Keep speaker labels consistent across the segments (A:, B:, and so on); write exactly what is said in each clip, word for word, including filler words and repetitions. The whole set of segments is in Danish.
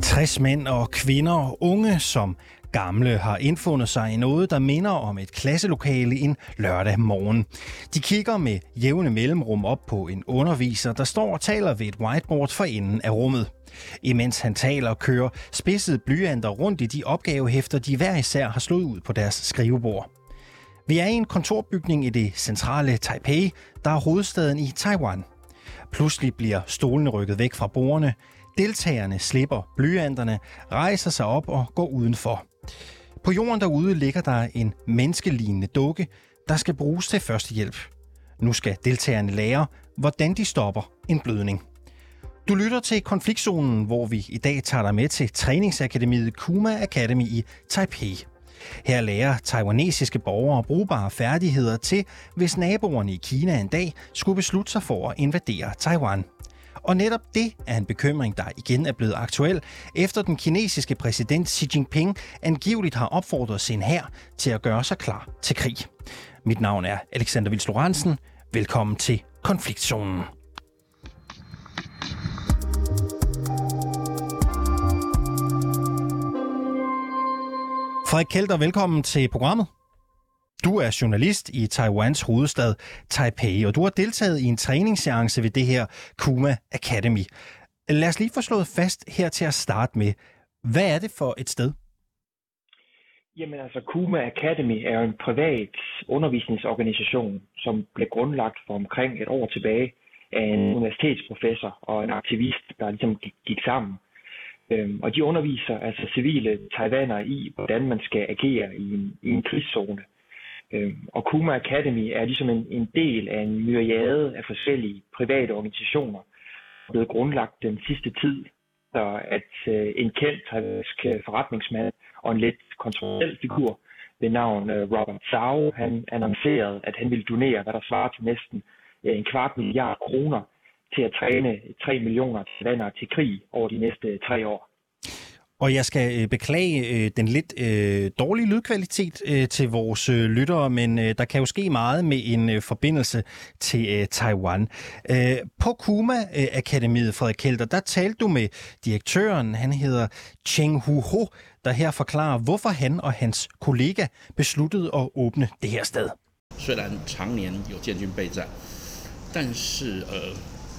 A: tres mænd og kvinder, unge som gamle, har indfundet sig i noget, der minder om et klasselokale en lørdag morgen. De kigger med jævne mellemrum op på en underviser, der står og taler ved et whiteboard for enden af rummet. Imens han taler, kører spidsede blyanter rundt i de opgavehæfter, de hver især har slået ud på deres skrivebord. Vi er i en kontorbygning i det centrale Taipei, der er hovedstaden i Taiwan. Pludselig bliver stolene rykket væk fra bordene. Deltagerne slipper blyanterne, rejser sig op og går udenfor. På jorden derude ligger der en menneskelignende dukke, der skal bruges til førstehjælp. Nu skal deltagerne lære, hvordan de stopper en blødning. Du lytter til Konfliktzonen, hvor vi i dag tager dig med til træningsakademiet Kuma Academy i Taipei. Her lærer taiwanesiske borgere brugbare færdigheder til, hvis naboerne i Kina en dag skulle beslutte sig for at invadere Taiwan. Og netop det er en bekymring, der igen er blevet aktuel, efter den kinesiske præsident Xi Jinping angiveligt har opfordret sin hær til at gøre sig klar til krig. Mit navn er Alexander Vils Lorentzen. Velkommen til Konfliktzonen. Frederik Kelter, velkommen til programmet. Du er journalist i Taiwans hovedstad Taipei, og du har deltaget i en træningsseance ved det her Kuma Academy. Lad os lige få slået fast her til at starte med. Hvad er det for et sted?
B: Jamen altså, Kuma Academy er en privat undervisningsorganisation, som blev grundlagt for omkring et år tilbage af en universitetsprofessor og en aktivist, der ligesom gik, gik sammen. Øhm, og de underviser altså civile taiwanere i, hvordan man skal agere i en, i en krigszone. Øhm, og Kuma Academy er ligesom en, en del af en myriade af forskellige private organisationer, der er blevet grundlagt den sidste tid, så at øh, en kendt taiwansk forretningsmand og en lidt kontroversiel figur ved navn øh, Robert Zhao, han annoncerede, at han ville donere, hvad der svarer til næsten øh, en kvart milliard kroner til at træne tre millioner taiwanere til krig over de næste tre år.
A: Og jeg skal beklage øh, den lidt øh, dårlige lydkvalitet øh, til vores øh, lyttere, men øh, der kan jo ske meget med en øh, forbindelse til øh, Taiwan. Øh, på Kuma øh, Akademiet, Frederik Kelter, der talte du med direktøren, han hedder Cheng Hu-ho, der her forklarer, hvorfor han og hans kollega besluttede at åbne det her sted.
C: 虽然常年有建军备战，但是呃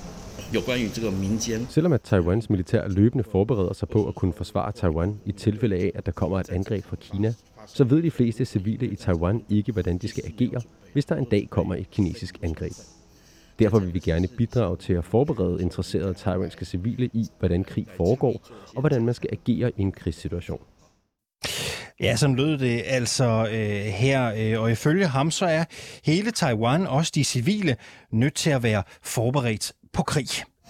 D: Selvom at Taiwans militær løbende forbereder sig på at kunne forsvare Taiwan i tilfælde af, at der kommer et angreb fra Kina, så ved de fleste civile i Taiwan ikke, hvordan de skal agere, hvis der en dag kommer et kinesisk angreb. Derfor vil vi gerne bidrage til at forberede interesserede taiwanske civile i, hvordan krig foregår, og hvordan man skal agere i en krigssituation.
A: Ja, sådan lød det altså øh, her, øh, og ifølge ham så er hele Taiwan, også de civile, nødt til at være forberedt på krig.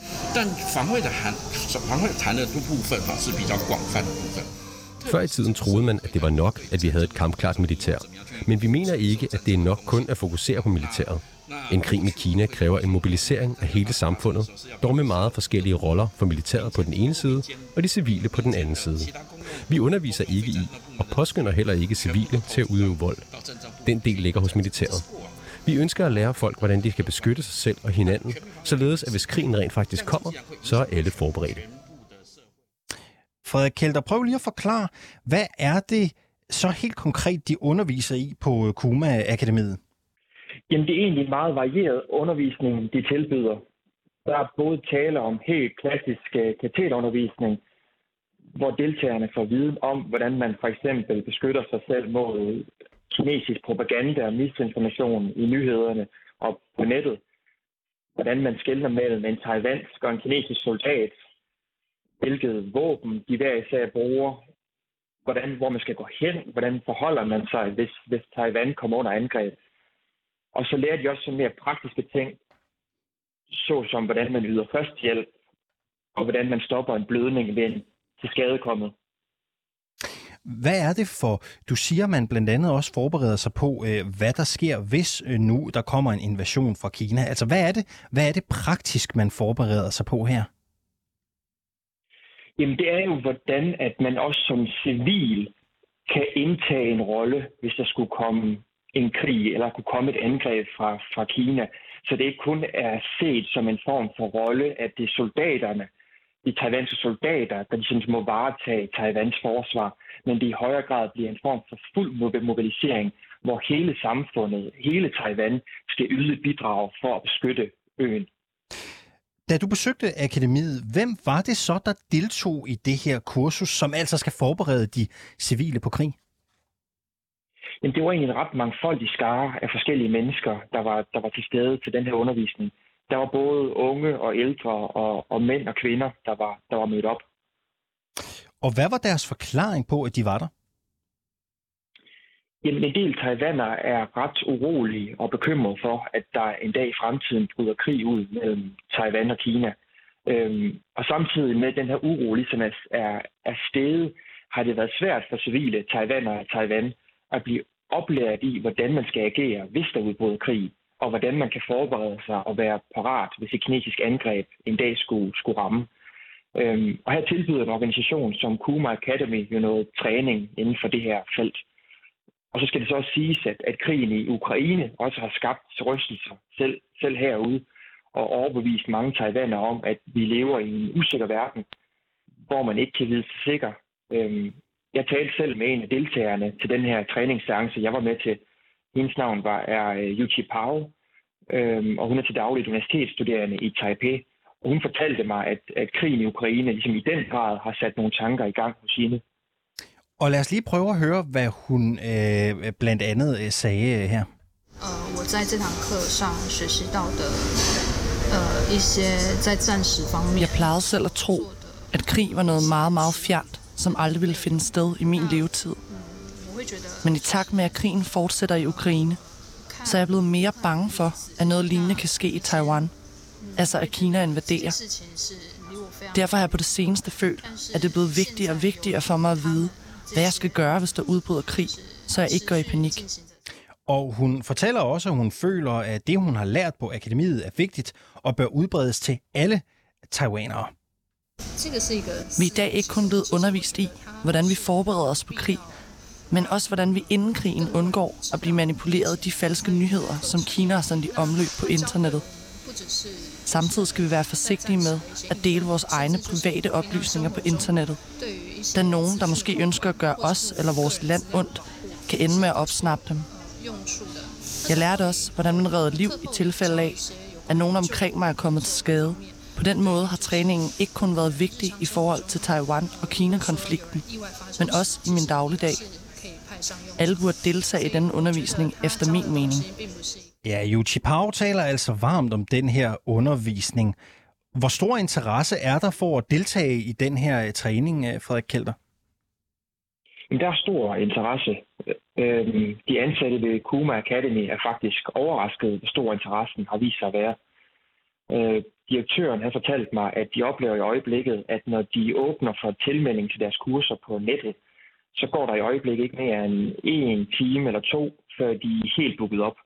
D: Før i tiden troede man, at det var nok, at vi havde et kampklart militær. Men vi mener ikke, at det er nok kun at fokusere på militæret. En krig med Kina kræver en mobilisering af hele samfundet, dog med meget forskellige roller for militæret på den ene side og de civile på den anden side. Vi underviser ikke i, og påskynder heller ikke civile til at udøve vold. Den del ligger hos militæret. Vi ønsker at lære folk, hvordan de kan beskytte sig selv og hinanden, således at hvis krigen rent faktisk kommer, så er alle forberedte.
A: Frederik Kelter, prøv lige at forklare, hvad er det så helt konkret, de underviser i på Kuma Akademiet?
B: Jamen, det er egentlig meget varieret undervisning, de tilbyder. Der er både tale om helt klassisk kateterundervisning, hvor deltagerne får viden om, hvordan man for eksempel beskytter sig selv mod kinesisk propaganda og misinformation i nyhederne og på nettet. Hvordan man skelner mellem en taiwansk og en kinesisk soldat. Hvilket våben de hver især bruger. Hvordan, hvor man skal gå hen. Hvordan forholder man sig, hvis, hvis Taiwan kommer under angreb. Og så lærer de også sådan mere praktiske ting. Såsom hvordan man yder førstehjælp. Og hvordan man stopper en blødning ved en tilskadekommet.
A: Hvad er det for, du siger, man blandt andet også forbereder sig på, hvad der sker, hvis nu der kommer en invasion fra Kina? Altså, hvad er det, hvad er det praktisk, man forbereder sig på her?
B: Jamen, det er jo, hvordan at man også som civil kan indtage en rolle, hvis der skulle komme en krig, eller kunne komme et angreb fra, fra Kina. Så det ikke kun er set som en form for rolle, at det er soldaterne, de taiwanske soldater, der ligesom må varetage Taiwans forsvar, men det i højere grad bliver en form for fuld mobilisering, hvor hele samfundet, hele Taiwan, skal yde et bidrag for at beskytte øen.
A: Da du besøgte akademiet, hvem var det så, der deltog i det her kursus, som altså skal forberede de civile på krig?
B: Jamen, det var egentlig en ret mangfoldig skare af forskellige mennesker, der var, der var til stede til den her undervisning. Der var både unge og ældre og, og mænd og kvinder, der var, der var mødt op.
A: Og hvad var deres forklaring på, at de var der?
B: Jamen, en del taiwanere er ret urolige og bekymrede for, at der en dag i fremtiden bryder krig ud mellem Taiwan og Kina. Øhm, og samtidig med den her uro ligesom er, er steget, har det været svært for civile taiwanere i Taiwan at blive oplært i, hvordan man skal agere, hvis der udbryder krig, og hvordan man kan forberede sig og være parat, hvis et kinesisk angreb en dag skulle, skulle ramme. Øhm, og her tilbyder en organisation som Kuma Academy jo noget træning inden for det her felt. Og så skal det så også siges, at, at krigen i Ukraine også har skabt rystelser selv, selv herude, og overbevist mange taiwanere om, at vi lever i en usikker verden, hvor man ikke kan vide sig sikker. Øhm, jeg talte selv med en af deltagerne til den her træningsseance, jeg var med til. Hendes navn var er Yuchi Pao, øhm, og hun er til dagligt universitetsstuderende i Taipei. Og hun fortalte mig, at, at krigen i Ukraine ligesom i den grad har sat nogle tanker i gang hos hende.
A: Og lad os lige prøve at høre, hvad hun øh, blandt andet øh, sagde her.
E: Jeg plejede selv at tro, at krig var noget meget, meget fjernt, som aldrig ville finde sted i min levetid. Men i takt med, at krigen fortsætter i Ukraine, så er jeg blevet mere bange for, at noget lignende kan ske i Taiwan. Altså at Kina invaderer. Derfor har jeg på det seneste følt, at det er blevet vigtigere og vigtigere for mig at vide, hvad jeg skal gøre, hvis der udbryder krig, så jeg ikke går i panik.
A: Og hun fortæller også, at hun føler, at det, hun har lært på akademiet, er vigtigt og bør udbredes til alle taiwanere.
E: Vi er i dag ikke kun blevet undervist i, hvordan vi forbereder os på krig, men også hvordan vi inden krigen undgår at blive manipuleret af de falske nyheder, som Kina har sendt i omløb på internettet. Samtidig skal vi være forsigtige med at dele vores egne private oplysninger på internettet, da nogen, der måske ønsker at gøre os eller vores land ondt, kan ende med at opsnappe dem. Jeg lærte også, hvordan man redder liv i tilfælde af, at nogen omkring mig er kommet til skade. På den måde har træningen ikke kun været vigtig i forhold til Taiwan og Kina-konflikten, men også i min dagligdag. Alle burde deltage i denne undervisning efter min mening.
A: Ja, Yuchi Pao taler altså varmt om den her undervisning. Hvor stor interesse er der for at deltage i den her træning, Frederik Kelter?
B: Der er stor interesse. De ansatte ved Kuma Academy er faktisk overrasket, hvor stor interessen har vist sig at være. Direktøren har fortalt mig, at de oplever i øjeblikket, at når de åbner for tilmelding til deres kurser på nettet, så går der i øjeblikket ikke mere end en time eller to, før de er helt booket op.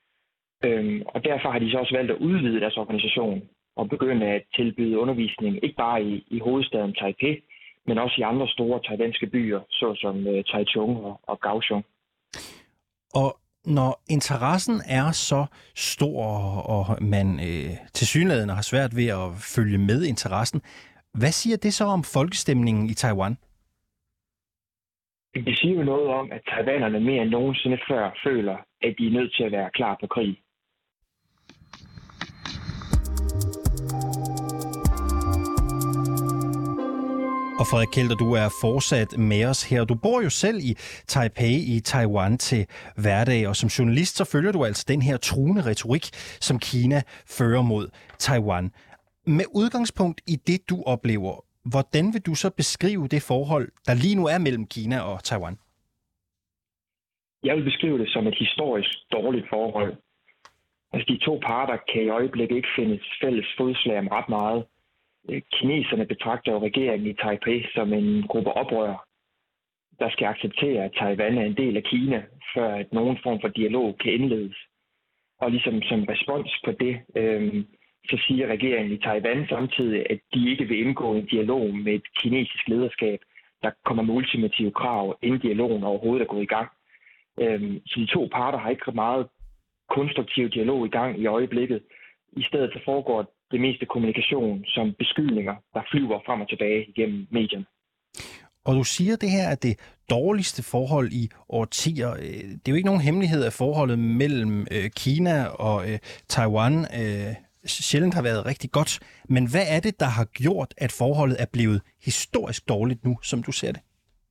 B: Og derfor har de så også valgt at udvide deres organisation og begynde at tilbyde undervisning, ikke bare i, i hovedstaden Taipei, men også i andre store taiwanske byer, såsom Taichung og, og Kaohsiung.
A: Og når interessen er så stor, og man øh, tilsyneladende har svært ved at følge med interessen, hvad siger det så om folkestemningen i Taiwan?
B: Det siger jo noget om, at taiwanerne mere end nogensinde før føler, at de er nødt til at være klar på krig.
A: Og Frederik Kelter, du er fortsat med os her. Du bor jo selv i Taipei i Taiwan til hverdag, og som journalist så følger du altså den her truende retorik, som Kina fører mod Taiwan. Med udgangspunkt i det, du oplever, hvordan vil du så beskrive det forhold, der lige nu er mellem Kina og Taiwan?
B: Jeg vil beskrive det som et historisk dårligt forhold. Altså, de to parter kan i øjeblikket ikke finde fælles fodslag om ret meget. Kineserne betragter jo regeringen i Taipei som en gruppe oprørere, der skal acceptere, at Taiwan er en del af Kina, før at nogen form for dialog kan indledes. Og ligesom som respons på det, øh, så siger regeringen i Taiwan samtidig, at de ikke vil indgå en dialog med et kinesisk lederskab, der kommer med ultimative krav, inden dialogen overhovedet er gået i gang. Øh, så de to parter har ikke meget konstruktiv dialog i gang i øjeblikket. I stedet så foregår det meste kommunikation som beskyldninger, der flyver frem og tilbage igennem medierne.
A: Og du siger, det her er det dårligste forhold i årtier. Det er jo ikke nogen hemmelighed, at forholdet mellem Kina og Taiwan sjældent har været rigtig godt. Men hvad er det, der har gjort, at forholdet er blevet historisk dårligt nu, som du ser det?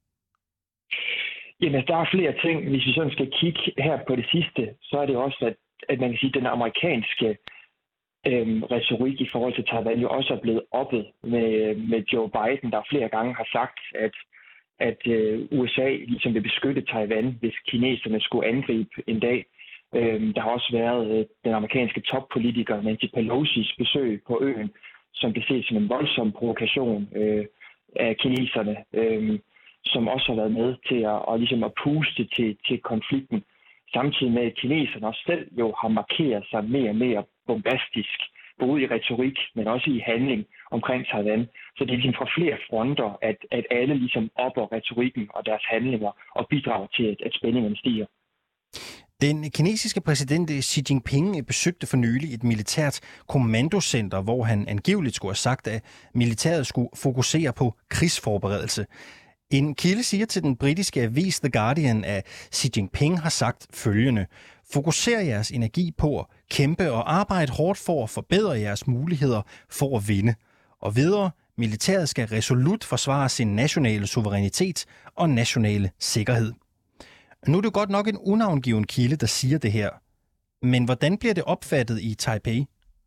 B: Jamen, der er flere ting. Hvis vi sådan skal kigge her på det sidste, så er det også, at, at man kan sige, at den amerikanske øhm, retorik i forhold til Taiwan jo også er blevet oppet med, med Joe Biden, der flere gange har sagt, at, at øh, U S A ligesom vil beskytte Taiwan, hvis kineserne skulle angribe en dag. Øhm, der har også været øh, den amerikanske toppolitiker Nancy Pelosi's besøg på øen, som blev set som en voldsom provokation øh, af kineserne, øh, som også har været med til at, og ligesom at puste til, til konflikten. Samtidig med, at kineserne også selv jo har markeret sig mere og mere bombastisk, både i retorik, men også i handling omkring Taiwan. Så det er ligesom fra flere fronter, at, at alle ligesom opper retorikken og deres handlinger og bidrager til, at, at spændingen stiger.
A: Den kinesiske præsident Xi Jinping besøgte for nylig et militært kommandocenter, hvor han angiveligt skulle have sagt, at militæret skulle fokusere på krigsforberedelse. En kilde siger til den britiske avis The Guardian, at Xi Jinping har sagt følgende: fokuser jeres energi på at kæmpe og arbejde hårdt for at forbedre jeres muligheder for at vinde. Og videre, militæret skal resolut forsvare sin nationale suverænitet og nationale sikkerhed. Nu er det godt nok en unavngiven kilde, der siger det her. Men hvordan bliver det opfattet i Taipei?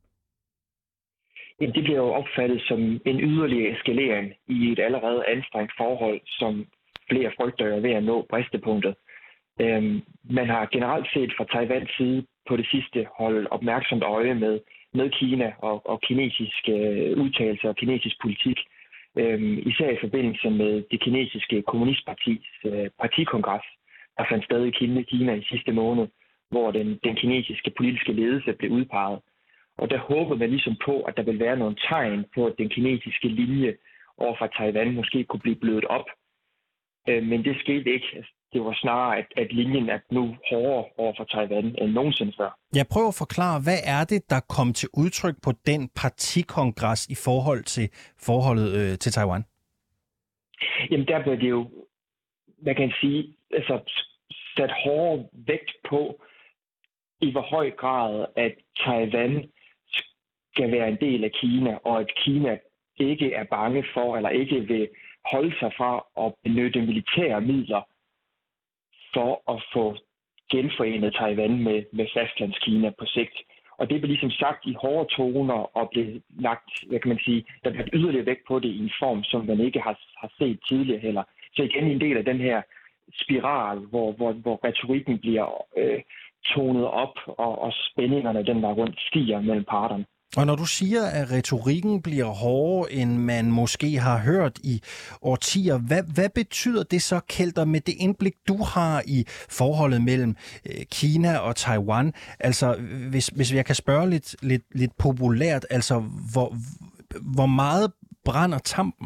B: Det bliver jo opfattet som en yderligere eskalering i et allerede anstrengt forhold, som flere frygter er ved at nå bristepunktet. Øhm, man har generelt set fra Taiwans side på det sidste holdt opmærksomt øje med, med Kina og, og kinesiske øh, udtalelser og kinesisk politik. Øhm, især i forbindelse med det kinesiske kommunistpartis øh, partikongres, der fandt sted i Kina i sidste måned, hvor den, den kinesiske politiske ledelse blev udpeget. Og der håber man ligesom på, at der vil være nogle tegn på, at den kinesiske linje over for Taiwan måske kunne blive blødt op. Men det skete ikke. Det var snarere, at, at linjen er nu hårdere over for Taiwan end nogensinde før.
A: Jeg prøver at forklare, hvad er det, der kom til udtryk på den partikongres i forhold til forholdet øh, til Taiwan?
B: Jamen der blev det jo, man kan sige, altså sat hårdere vægt på, i hvor høj grad, at Taiwan skal være en del af Kina, og at Kina ikke er bange for, eller ikke vil holde sig fra at benytte militære midler for at få genforenet Taiwan med, med fastlandskina på sigt. Og det blev ligesom sagt i hårde toner og blev lagt, hvad kan man sige, der blev yderligere vægt på det i en form, som man ikke har, har set tidligere heller. Så igen en del af den her spiral, hvor, hvor, hvor retorikken bliver øh, tonet op, og, og spændingerne den der rundt stiger mellem parterne.
A: Og når du siger, at retorikken bliver hårdere, end man måske har hørt i årtier, hvad, hvad betyder det så, Kelter, med det indblik, du har i forholdet mellem Kina og Taiwan? Altså, hvis, hvis jeg kan spørge lidt, lidt, lidt populært, altså, hvor, hvor meget brænder tampen?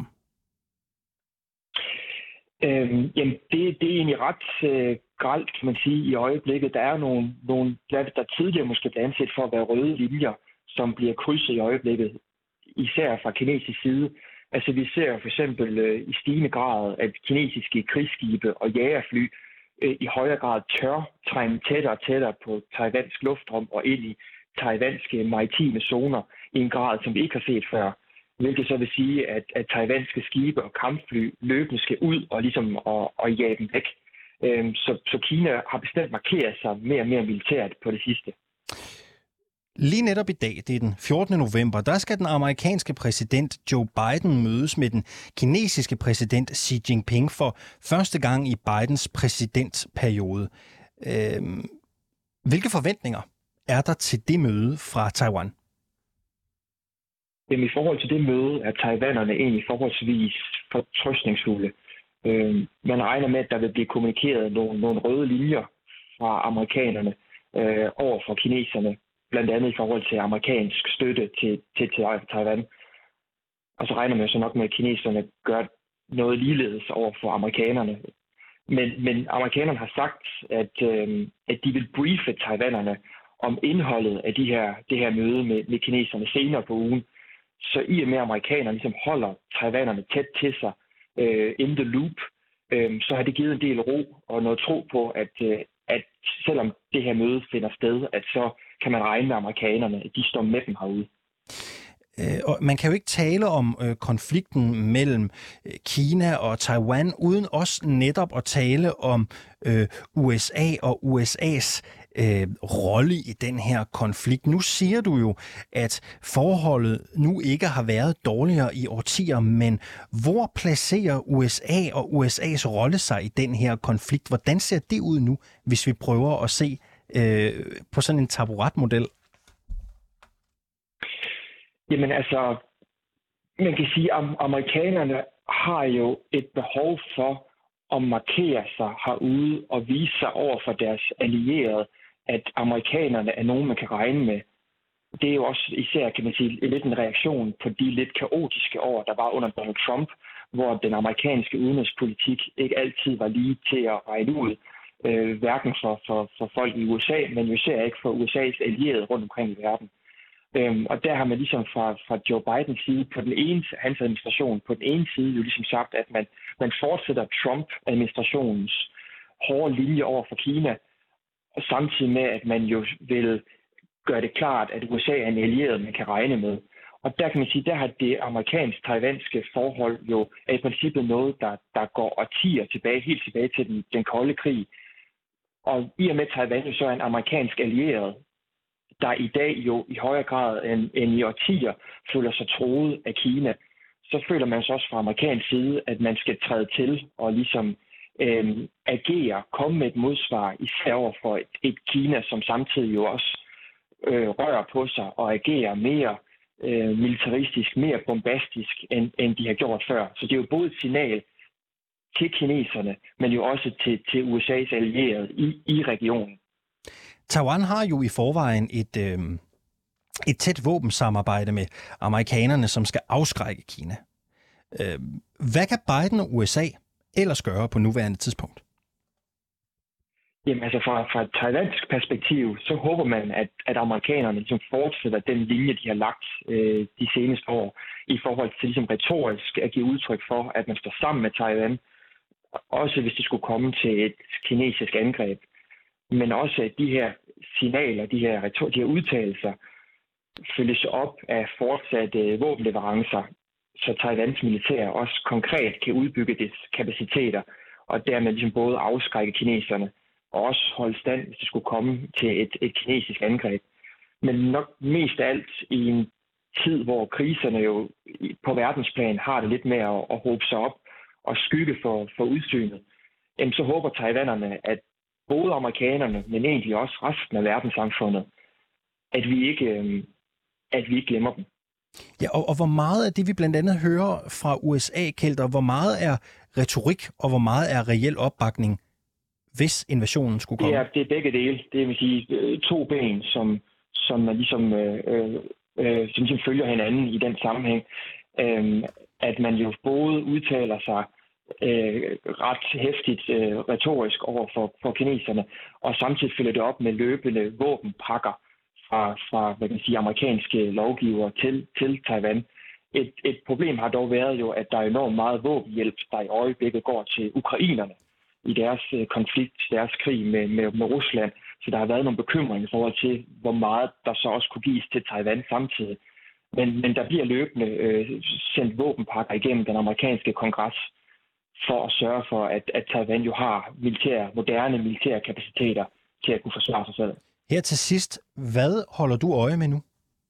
B: Øhm, jamen, det, det er egentlig ret øh, grelt, kan man sige, i øjeblikket. Der er nogle, nogle der, der tidligere måske blev anset for at være røde linjer, som bliver krydset i øjeblikket, især fra kinesisk side. Altså vi ser for eksempel øh, i stigende grad, at kinesiske krigsskibe og jagerfly øh, i højere grad tør trænge tættere og tættere på taiwansk luftrum og ind i taiwanske maritime zoner i en grad, som vi ikke har set før. Hvilket så vil sige, at, at taiwanske skibe og kampfly løbende skal ud og ligesom og, og jage dem væk. Øhm, så, så Kina har bestemt markeret sig mere og mere militært på det sidste.
A: Lige netop i dag, det er den fjortende november, der skal den amerikanske præsident Joe Biden mødes med den kinesiske præsident Xi Jinping for første gang i Bidens præsidentperiode. Øhm, hvilke forventninger er der til det møde fra Taiwan?
B: Jamen, i forhold til det møde er taiwanerne egentlig forholdsvis fortrøstningsfulde. Øhm, man regner med, at der vil blive kommunikeret nogle, nogle røde linjer fra amerikanerne øh, over for kineserne, blandt andet i forhold til amerikansk støtte til, til, til Taiwan. Og så regner man så nok med, at kineserne gør noget ligeledes over for amerikanerne. Men, men amerikanerne har sagt, at, øh, at de vil briefe taiwanerne om indholdet af de her, det her møde med, med kineserne senere på ugen. Så i og med, at amerikanerne ligesom holder taiwanerne tæt til sig øh, in the loop, øh, så har det givet en del ro og noget tro på, at, øh, at selvom det her møde finder sted, at så kan man regne med amerikanerne, at de står med dem herude.
A: Og man kan jo ikke tale om øh, konflikten mellem øh, Kina og Taiwan, uden også netop at tale om øh, U S A og U S A's øh, rolle i den her konflikt. Nu siger du jo, at forholdet nu ikke har været dårligere i årtier, men hvor placerer U S A og U S A's rolle sig i den her konflikt? Hvordan ser det ud nu, hvis vi prøver at se øh, på sådan en taburetmodel?
B: Jamen altså, man kan sige, at amerikanerne har jo et behov for at markere sig herude og vise sig over for deres allierede, at amerikanerne er nogen, man kan regne med. Det er jo også især, kan man sige, lidt en reaktion på de lidt kaotiske år, der var under Donald Trump, hvor den amerikanske udenrigspolitik ikke altid var lige til at regne ud, øh, hverken for, for, for folk i U S A, men især ikke for U S A's allierede rundt omkring i verden. Øhm, og der har man ligesom fra, fra Joe Bidens side, på den ene, hans administration, på den ene side jo ligesom sagt, at man, man fortsætter Trump-administrationens hårde linje over for Kina, og samtidig med, at man jo vil gøre det klart, at U S A er en allieret, man kan regne med. Og der kan man sige, der har det amerikansk-taiwanske forhold jo er i princippet noget, der, der går årtier tilbage, helt tilbage til den, den kolde krig. Og i og med Taiwan jo så er en amerikansk allieret, der i dag jo i højere grad end, end i årtier føler sig troet af Kina, så føler man så også fra amerikansk side, at man skal træde til og ligesom øh, agere, komme med et modsvar, især over for et, et Kina, som samtidig jo også øh, rører på sig og agerer mere øh, militaristisk, mere bombastisk, end, end de har gjort før. Så det er jo både et signal til kineserne, men jo også til, til U S A's allierede i, i regionen.
A: Taiwan har jo i forvejen et, øh, et tæt våbensamarbejde med amerikanerne, som skal afskrække Kina. Øh, hvad kan Biden og U S A ellers gøre på nuværende tidspunkt?
B: Jamen altså fra, fra et taiwansk perspektiv, så håber man, at, at amerikanerne ligesom fortsætter den linje, de har lagt øh, de seneste år, i forhold til ligesom retorisk at give udtryk for, at man står sammen med Taiwan, også hvis det skulle komme til et kinesisk angreb. Men også at de her signaler, de her, de her udtalelser, følges op af fortsatte våbenleverancer, så Taiwans militær også konkret kan udbygge dets kapaciteter, og dermed ligesom både afskrække kineserne, og også holde stand, hvis det skulle komme til et, et kinesisk angreb. Men nok mest af alt i en tid, hvor kriserne jo på verdensplan har det lidt med at, at håbe sig op og skygge for, for udsynet, jamen så håber taiwanerne, at både amerikanerne, men egentlig også resten af verdenssamfundet, at vi ikke, at vi ikke glemmer dem.
A: Ja, og, og hvor meget af det, vi blandt andet hører fra U S A, Kjelder, hvor meget er retorik, og hvor meget er reel opbakning, hvis invasionen skulle komme?
B: Det er, det er begge dele. Det vil sige to ben, som, som man ligesom, øh, øh, som ligesom følger hinanden i den sammenhæng. Øh, at man jo både udtaler sig Øh, ret hæftigt øh, retorisk over for, for kineserne, og samtidig følger det op med løbende våbenpakker fra, fra hvad kan man sige, amerikanske lovgivere til, til Taiwan. Et, et problem har dog været jo, at der er enormt meget våbenhjælp, der i øjeblikket går til ukrainerne i deres øh, konflikt, deres krig med, med, med Rusland. Så der har været nogle bekymringer i forhold til, hvor meget der så også kunne gives til Taiwan samtidig. Men, men der bliver løbende øh, sendt våbenpakker igennem den amerikanske kongres, for at sørge for, at, at Taiwan jo har militære, moderne militære kapaciteter til at kunne forsvare sig selv.
A: Her til sidst, hvad holder du øje med nu?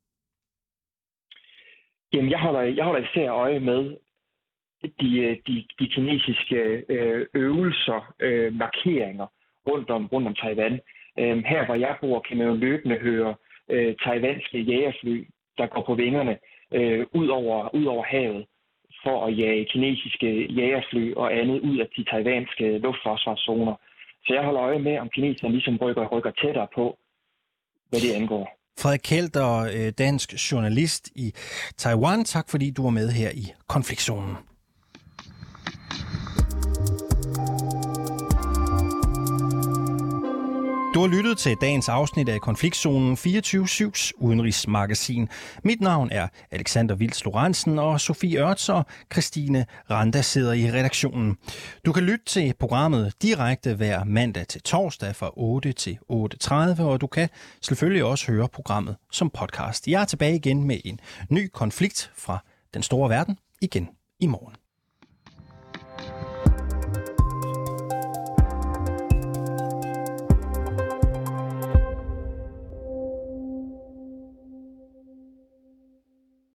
B: Jamen, jeg holder, jeg holder især øje med de, de, de kinesiske øvelser, øh, markeringer rundt om, rundt om Taiwan. Øh, her, hvor jeg bor, kan man jo løbende høre øh, taiwanske jægerfly, der går på vingerne øh, ud over, ud over havet, for at jage kinesiske jægerfly og andet ud af de taiwanske luftforsvarszoner. Så jeg holder øje med, om kineserne ligesom rykker, rykker tættere på, hvad det angår.
A: Frederik Kjelder, dansk journalist i Taiwan. Tak fordi du var med her i Konfliktzonen. Du har lyttet til dagens afsnit af Konfliktzonen fireogtyve syvs udenrigsmagasin. Mit navn er Alexander Vils Lorentzen, og Sofie Ørts og Christine Randa sidder i redaktionen. Du kan lytte til programmet direkte hver mandag til torsdag fra otte til otte tredive, og du kan selvfølgelig også høre programmet som podcast. Jeg er tilbage igen med en ny konflikt fra den store verden igen i morgen.